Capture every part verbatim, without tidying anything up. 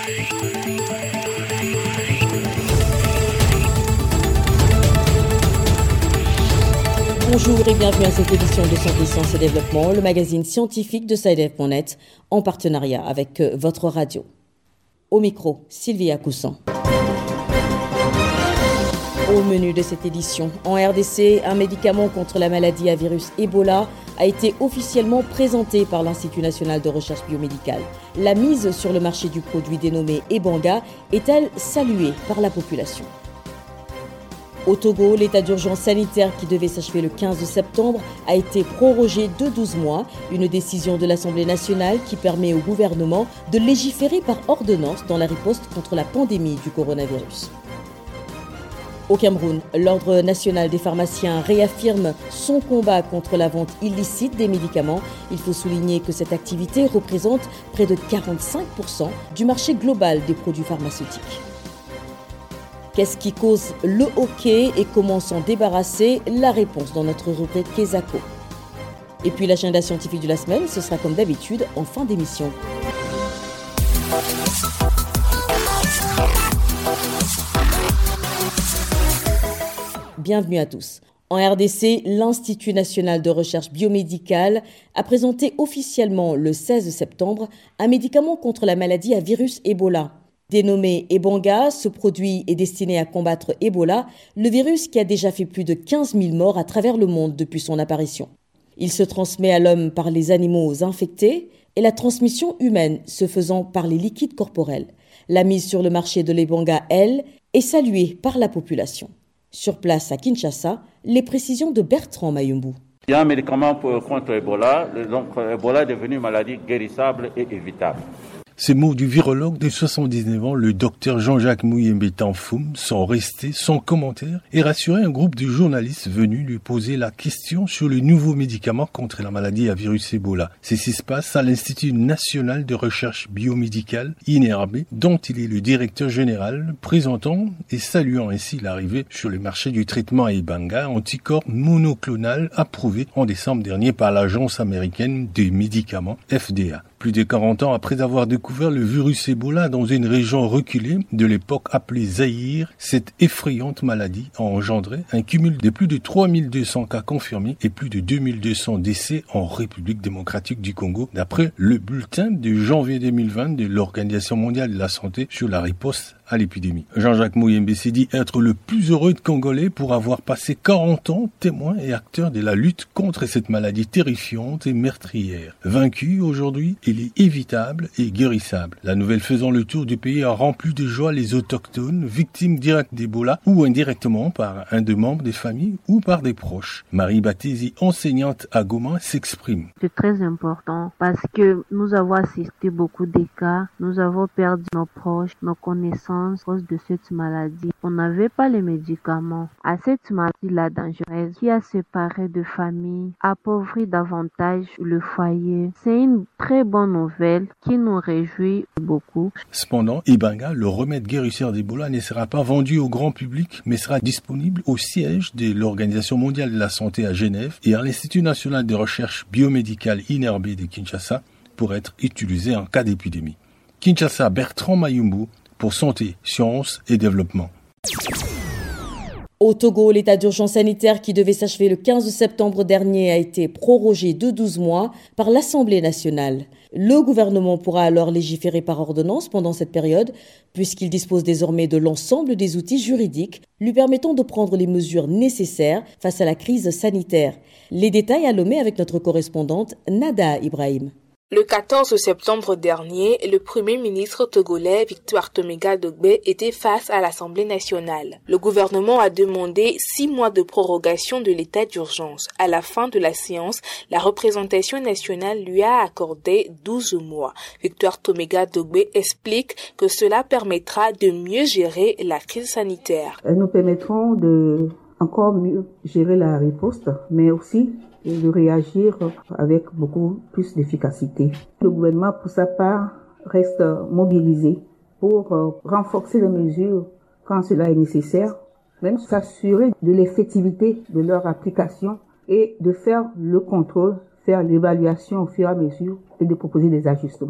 Bonjour et bienvenue à cette édition de Santé, Sciences et Développement, le magazine scientifique de SciDev point net, en partenariat avec votre radio. Au micro, Sylvia Coussan. Au menu de cette édition, en R D C, un médicament contre la maladie à virus Ebola a été officiellement présenté par l'Institut national de recherche biomédicale. La mise sur le marché du produit dénommé Ebanga est-elle saluée par la population ? Au Togo, l'état d'urgence sanitaire qui devait s'achever le quinze septembre a été prorogé de douze mois, une décision de l'Assemblée nationale qui permet au gouvernement de légiférer par ordonnance dans la riposte contre la pandémie du coronavirus. Au Cameroun, l'Ordre national des pharmaciens réaffirme son combat contre la vente illicite des médicaments. Il faut souligner que cette activité représente près de quarante-cinq pour cent du marché global des produits pharmaceutiques. Qu'est-ce qui cause le hoquet et comment s'en débarrasser ? La réponse dans notre rubrique Kesako. Et puis l'agenda scientifique de la semaine, ce sera comme d'habitude en fin d'émission. Bienvenue à tous. En R D C, l'Institut national de recherche biomédicale a présenté officiellement le seize septembre un médicament contre la maladie à virus Ebola. Dénommé Ebanga, ce produit est destiné à combattre Ebola, le virus qui a déjà fait plus de quinze mille morts à travers le monde depuis son apparition. Il se transmet à l'homme par les animaux infectés et la transmission humaine se faisant par les liquides corporels. La mise sur le marché de l'Ebanga, elle, est saluée par la population. Sur place à Kinshasa, les précisions de Bertrand Mayumbu. Il y a un médicament pour, contre Ebola, donc Ebola est devenu une maladie guérissable et évitable. Ces mots du virologue de soixante-dix-neuf ans, le docteur Jean-Jacques Muyembe Tanfoum, sont restés sans commentaire et rassurer un groupe de journalistes venus lui poser la question sur le nouveau médicament contre la maladie à virus Ebola. Ceci se passe à l'Institut national de recherche biomédicale, I N R B, dont il est le directeur général, présentant et saluant ainsi l'arrivée sur le marché du traitement Ebanga, anticorps monoclonal approuvé en décembre dernier par l'Agence américaine des médicaments, F D A. Plus de quarante ans après avoir découvert le virus Ebola dans une région reculée de l'époque appelée Zaïre, cette effrayante maladie a engendré un cumul de plus de trois mille deux cents cas confirmés et plus de deux mille deux cents décès en République démocratique du Congo, d'après le bulletin de janvier deux mille vingt de l'Organisation mondiale de la santé sur la riposte à l'épidémie. Jean-Jacques Muyembe s'est dit être le plus heureux de Congolais pour avoir passé quarante ans témoin et acteur de la lutte contre cette maladie terrifiante et meurtrière. Vaincu aujourd'hui, il est évitable et guérissable. La nouvelle faisant le tour du pays a rempli de joie les autochtones, victimes directes d'Ebola ou indirectement par un des membres des familles ou par des proches. Marie Batesi, enseignante à Goma, s'exprime. C'est très important parce que nous avons assisté beaucoup de cas, nous avons perdu nos proches, nos connaissances à cause de cette maladie. On n'avait pas les médicaments. À cette maladie-là dangereuse qui a séparé de familles, appauvri davantage le foyer. C'est une très bonne nouvelle qui nous réjouit beaucoup. Cependant, Ebanga, le remède guérisseur d'Ebola, ne sera pas vendu au grand public, mais sera disponible au siège de l'Organisation mondiale de la santé à Genève et à l'Institut national de recherche biomédicale I N R B de Kinshasa pour être utilisé en cas d'épidémie. Kinshasa, Bertrand Mayumbu, pour Santé, Sciences et Développement. Au Togo, l'état d'urgence sanitaire qui devait s'achever le quinze septembre dernier a été prorogé de douze mois par l'Assemblée nationale. Le gouvernement pourra alors légiférer par ordonnance pendant cette période, puisqu'il dispose désormais de l'ensemble des outils juridiques lui permettant de prendre les mesures nécessaires face à la crise sanitaire. Les détails à Lomé avec notre correspondante Nada Ibrahim. Le quatorze septembre dernier, le Premier ministre togolais Victoire Toméga Dogbe était face à l'Assemblée nationale. Le gouvernement a demandé six mois de prorogation de l'état d'urgence. À la fin de la séance, la représentation nationale lui a accordé douze mois. Victoire Toméga Dogbe explique que cela permettra de mieux gérer la crise sanitaire. Elles nous permettront de encore mieux gérer la riposte, mais aussi et de réagir avec beaucoup plus d'efficacité. Le gouvernement, pour sa part, reste mobilisé pour renforcer les mesures quand cela est nécessaire, même s'assurer de l'effectivité de leur application et de faire le contrôle, faire l'évaluation au fur et à mesure et de proposer des ajustements.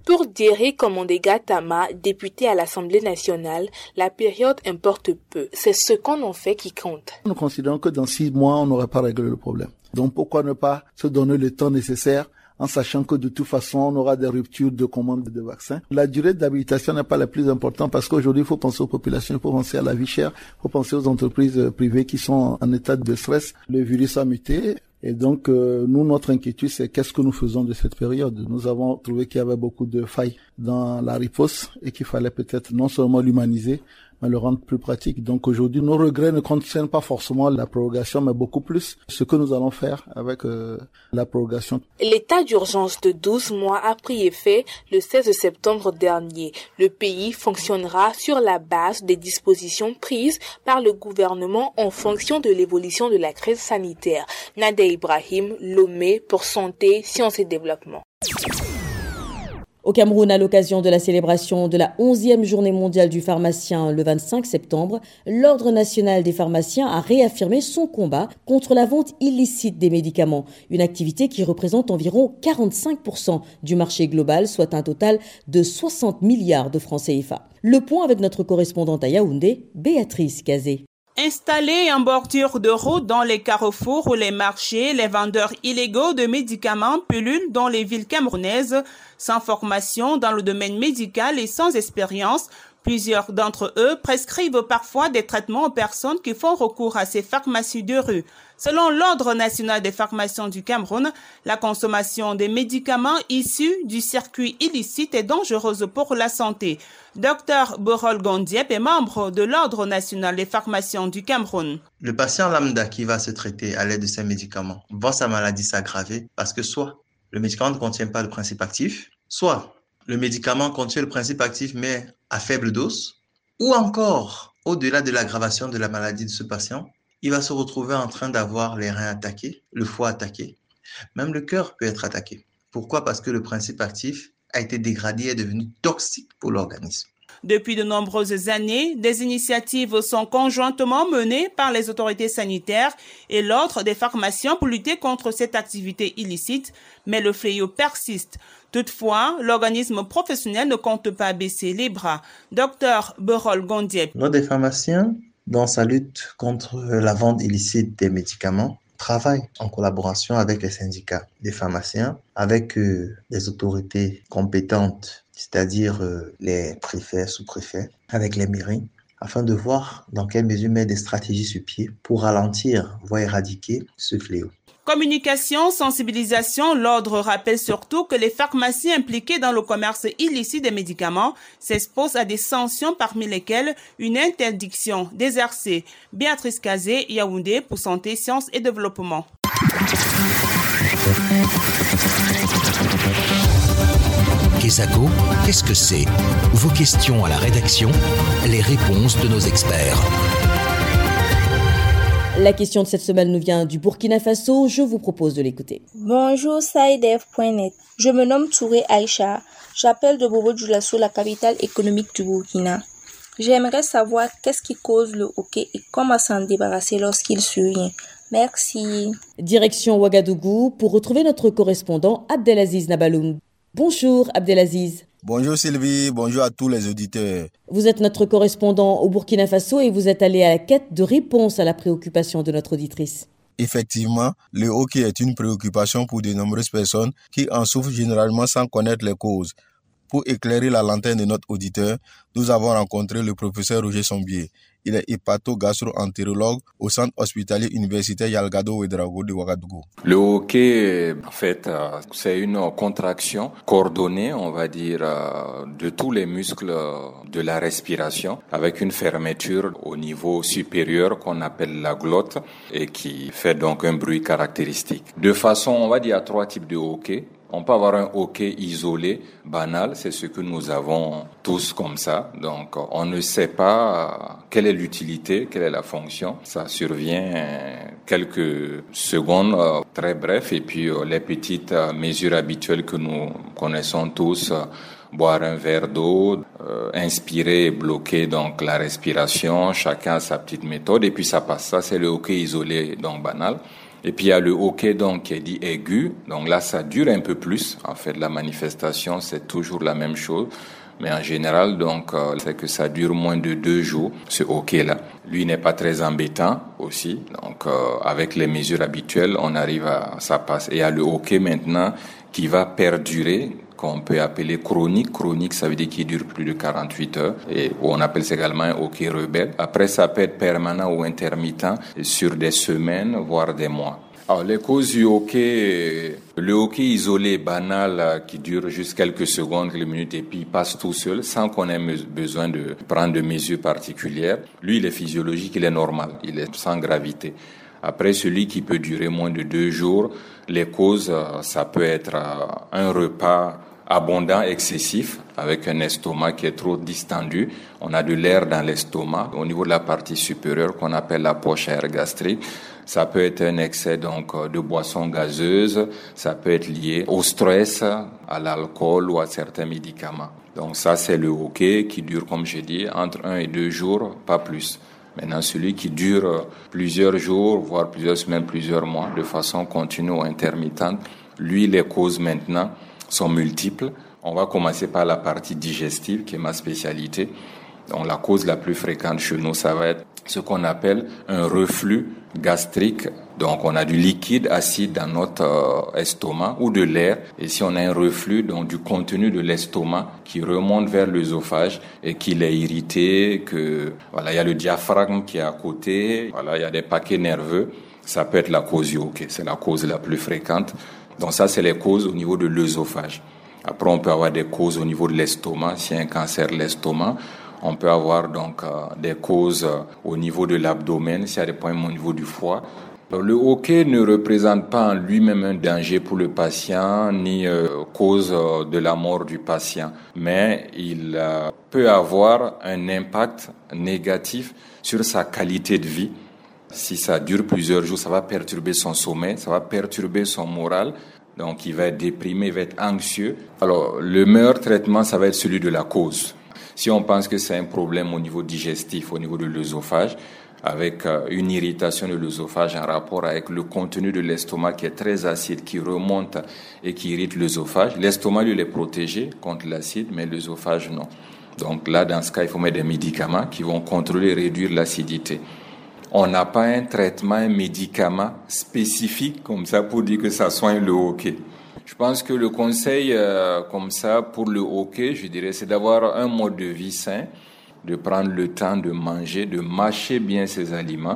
Pour Diéré Commandé Gatama, député à l'Assemblée nationale, la période importe peu. C'est ce qu'on en fait qui compte. Nous considérons que dans six mois, on n'aurait pas réglé le problème. Donc pourquoi ne pas se donner le temps nécessaire en sachant que de toute façon, on aura des ruptures de commande de vaccins. La durée d'habilitation n'est pas la plus importante parce qu'aujourd'hui, il faut penser aux populations, il faut penser à la vie chère, il faut penser aux entreprises privées qui sont en état de stress. Le virus a muté. Et donc, euh, nous, notre inquiétude, c'est qu'est-ce que nous faisons de cette période. Nous avons trouvé qu'il y avait beaucoup de failles dans la riposte et qu'il fallait peut-être non seulement l'humaniser, mais le rendre plus pratique. Donc aujourd'hui, nos regrets ne concernent pas forcément la prorogation, mais beaucoup plus ce que nous allons faire avec euh, la prorogation. L'état d'urgence de douze mois a pris effet le seize septembre dernier. Le pays fonctionnera sur la base des dispositions prises par le gouvernement en fonction de l'évolution de la crise sanitaire. Nadia Ibrahim, Lomé pour Santé, Sciences et Développement. Au Cameroun, à l'occasion de la célébration de la onzième journée mondiale du pharmacien le vingt-cinq septembre, l'Ordre national des pharmaciens a réaffirmé son combat contre la vente illicite des médicaments, une activité qui représente environ quarante-cinq pour cent du marché global, soit un total de soixante milliards de francs C F A. Le point avec notre correspondante à Yaoundé, Béatrice Kazé. Installés en bordure de route dans les carrefours ou les marchés, les vendeurs illégaux de médicaments pullulent dans les villes camerounaises, sans formation dans le domaine médical et sans expérience. Plusieurs d'entre eux prescrivent parfois des traitements aux personnes qui font recours à ces pharmacies de rue. Selon l'Ordre national des pharmaciens du Cameroun, la consommation des médicaments issus du circuit illicite est dangereuse pour la santé. Docteur Borol Gondiep est membre de l'Ordre national des pharmaciens du Cameroun. Le patient lambda qui va se traiter à l'aide de ces médicaments voit sa maladie s'aggraver parce que soit le médicament ne contient pas le principe actif, soit le médicament contient le principe actif mais à faible dose, ou encore, au-delà de l'aggravation de la maladie de ce patient, il va se retrouver en train d'avoir les reins attaqués, le foie attaqué, même le cœur peut être attaqué. Pourquoi? Parce que le principe actif a été dégradé et est devenu toxique pour l'organisme. Depuis de nombreuses années, des initiatives sont conjointement menées par les autorités sanitaires et l'Ordre des pharmaciens pour lutter contre cette activité illicite, mais le fléau persiste. Toutefois, l'organisme professionnel ne compte pas baisser les bras. Docteur Borol Gondiep. L'Ordre des pharmaciens, dans sa lutte contre la vente illicite des médicaments, travaille en collaboration avec les syndicats des pharmaciens, avec euh, les autorités compétentes, c'est-à-dire euh, les préfets, sous-préfets, avec les mairies, afin de voir dans quelle mesure mettre des stratégies sur pied pour ralentir, voire éradiquer ce fléau. Communication, sensibilisation, l'Ordre rappelle surtout que les pharmaciens impliqués dans le commerce illicite des médicaments s'exposent à des sanctions parmi lesquelles une interdiction d'exercer. Béatrice Kazé, Yaoundé pour Santé, Sciences et Développement. Kesako, qu'est-ce que c'est? Vos questions à la rédaction, les réponses de nos experts. La question de cette semaine nous vient du Burkina Faso. Je vous propose de l'écouter. Bonjour, Saïdef point net. Je me nomme Touré Aïcha. J'appelle de Bobo Dioulasso, la capitale économique du Burkina. J'aimerais savoir qu'est-ce qui cause le hockey et comment s'en débarrasser lorsqu'il survient. Merci. Direction Ouagadougou pour retrouver notre correspondant Abdelaziz Nabaloum. Bonjour Abdelaziz. Bonjour Sylvie, bonjour à tous les auditeurs. Vous êtes notre correspondant au Burkina Faso et vous êtes allé à la quête de réponses à la préoccupation de notre auditrice. Effectivement, le hockey est une préoccupation pour de nombreuses personnes qui en souffrent généralement sans connaître les causes. Pour éclairer la lanterne de notre auditeur, nous avons rencontré le professeur Roger Sombier. Il est hépato-gastro-entérologue au centre hospitalier universitaire Yalgado Ouedraogo de Ouagadougou. Le hockey, en fait, c'est une contraction coordonnée, on va dire, de tous les muscles de la respiration, avec une fermeture au niveau supérieur qu'on appelle la glotte et qui fait donc un bruit caractéristique. De façon, on va dire, à trois types de hockey. On peut avoir un hockey isolé, banal, c'est ce que nous avons tous comme ça. Donc, on ne sait pas quelle est l'utilité, quelle est la fonction. Ça survient quelques secondes, très bref, et puis les petites mesures habituelles que nous connaissons tous, boire un verre d'eau, euh, inspirer et bloquer donc la respiration, chacun a sa petite méthode, et puis ça passe. Ça, c'est le hockey isolé, donc banal. Et puis il y a le hoquet donc qui est dit aigu. Donc là, ça dure un peu plus. En fait, la manifestation, c'est toujours la même chose. Mais en général, donc, euh, c'est que ça dure moins de deux jours, ce hoquet-là. Lui n'est pas très embêtant aussi. Donc, euh, avec les mesures habituelles, on arrive à, ça passe. Et il y a le hoquet maintenant qui va perdurer, qu'on peut appeler chronique. Chronique, ça veut dire qu'il dure plus de quarante-huit heures. Et on appelle ça également un hoquet rebelle. Après, ça peut être permanent ou intermittent sur des semaines, voire des mois. Alors, les causes du hoquet, le hoquet isolé, banal, qui dure juste quelques secondes, quelques minutes, et puis il passe tout seul, sans qu'on ait besoin de prendre de mesures particulières. Lui, il est physiologique, il est normal, il est sans gravité. Après, celui qui peut durer moins de deux jours, les causes, ça peut être un repas abondant, excessif, avec un estomac qui est trop distendu. On a de l'air dans l'estomac, au niveau de la partie supérieure, qu'on appelle la poche à air gastrique. Ça peut être un excès donc de boissons gazeuses, ça peut être lié au stress, à l'alcool ou à certains médicaments. Donc ça, c'est le hoquet qui dure, comme j'ai dit, entre un et deux jours, pas plus. Maintenant, celui qui dure plusieurs jours, voire plusieurs semaines, plusieurs mois, de façon continue ou intermittente, lui, les causes maintenant sont multiples. On va commencer par la partie digestive, qui est ma spécialité. Donc la cause la plus fréquente chez nous, ça va être ce qu'on appelle un reflux gastrique. Donc on a du liquide acide dans notre euh, estomac ou de l'air. Et si on a un reflux donc du contenu de l'estomac qui remonte vers l'œsophage et qu'il est irrité, que voilà, il y a le diaphragme qui est à côté, voilà, il y a des paquets nerveux, ça peut être la cause du hoquet. C'est la cause la plus fréquente. Donc ça, c'est les causes au niveau de l'œsophage. Après, on peut avoir des causes au niveau de l'estomac, s'il y a un cancer de l'estomac. On peut avoir donc euh, des causes euh, au niveau de l'abdomen, s'il y a des problèmes au niveau du foie. Donc, le hoquet ne représente pas en lui-même un danger pour le patient, ni euh, cause euh, de la mort du patient, mais il euh, peut avoir un impact négatif sur sa qualité de vie. Si ça dure plusieurs jours, ça va perturber son sommeil, ça va perturber son moral. Donc, il va être déprimé, il va être anxieux. Alors, le meilleur traitement, ça va être celui de la cause. Si on pense que c'est un problème au niveau digestif, au niveau de l'œsophage, avec une irritation de l'œsophage en rapport avec le contenu de l'estomac qui est très acide, qui remonte et qui irrite l'œsophage, l'estomac, lui, est protégé contre l'acide, mais l'œsophage, non. Donc là, dans ce cas, il faut mettre des médicaments qui vont contrôler et réduire l'acidité. On n'a pas un traitement, un médicament spécifique comme ça pour dire que ça soigne le hoquet. Je pense que le conseil euh, comme ça pour le hoquet, je dirais, c'est d'avoir un mode de vie sain, de prendre le temps de manger, de mâcher bien ses aliments,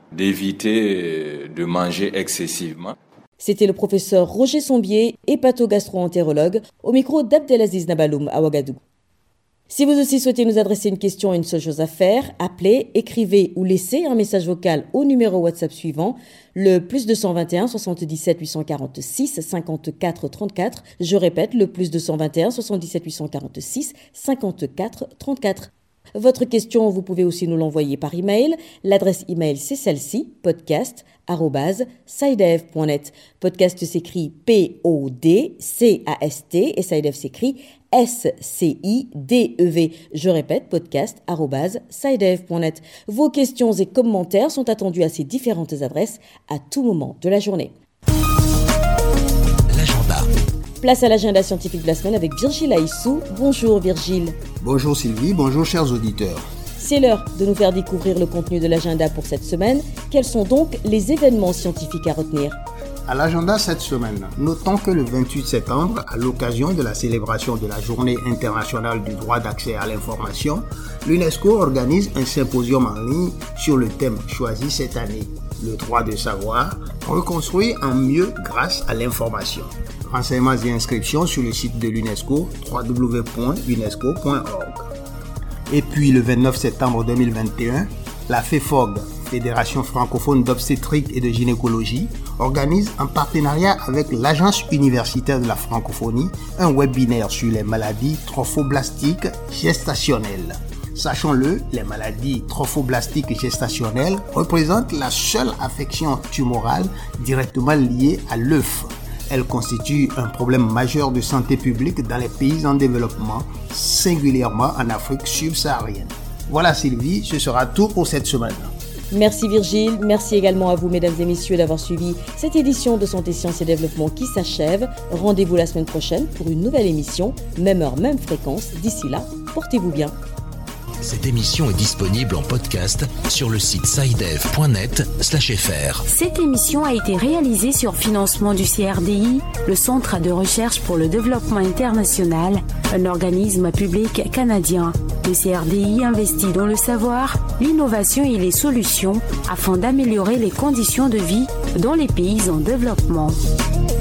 d'éviter de manger excessivement. C'était le professeur Roger Sombier, hépato-gastro-entérologue, au micro d'Abdelaziz Nabaloum à Ouagadougou. Si vous aussi souhaitez nous adresser une question, une seule chose à faire, appelez, écrivez ou laissez un message vocal au numéro WhatsApp suivant, le plus deux cent vingt et un soixante-dix-sept huit cent quarante-six cinquante-quatre trente-quatre. Je répète, le plus deux cent vingt et un soixante-dix-sept huit cent quarante-six cinquante-quatre trente-quatre. Votre question, vous pouvez aussi nous l'envoyer par email. L'adresse email, c'est celle-ci, podcast arobase sidev point net. Podcast s'écrit P O D C A S T et Sidev s'écrit S C I D E V. Je répète, podcast arobase sidev point net. Vos questions et commentaires sont attendus à ces différentes adresses à tout moment de la journée. L'agenda. Place à l'agenda scientifique de la semaine avec Virgile Aissou. Bonjour Virgile. Bonjour Sylvie, bonjour chers auditeurs. C'est l'heure de nous faire découvrir le contenu de l'agenda pour cette semaine. Quels sont donc les événements scientifiques à retenir ? À l'agenda cette semaine, notons que le vingt-huit septembre, à l'occasion de la célébration de la Journée internationale du droit d'accès à l'information, l'UNESCO organise un symposium en ligne sur le thème choisi cette année, le droit de savoir, reconstruit en mieux grâce à l'information. Renseignements et inscriptions sur le site de l'UNESCO, w w w point unesco point org. Et puis le vingt-neuf septembre deux mille vingt et un, la FEFOG, Fédération francophone d'obstétrique et de gynécologie, organise en partenariat avec l'Agence universitaire de la francophonie un webinaire sur les maladies trophoblastiques gestationnelles. Sachons-le, les maladies trophoblastiques gestationnelles représentent la seule affection tumorale directement liée à l'œuf. Elle constitue un problème majeur de santé publique dans les pays en développement, singulièrement en Afrique subsaharienne. Voilà Sylvie, ce sera tout pour cette semaine. Merci Virgile, merci également à vous mesdames et messieurs d'avoir suivi cette édition de Santé, Sciences et Développement qui s'achève. Rendez-vous la semaine prochaine pour une nouvelle émission, même heure, même fréquence. D'ici là, portez-vous bien. Cette émission est disponible en podcast sur le site scidev point net slash f r. Cette émission a été réalisée sur financement du C R D I, le Centre de recherche pour le développement international, un organisme public canadien. Le C R D I investit dans le savoir, l'innovation et les solutions afin d'améliorer les conditions de vie dans les pays en développement.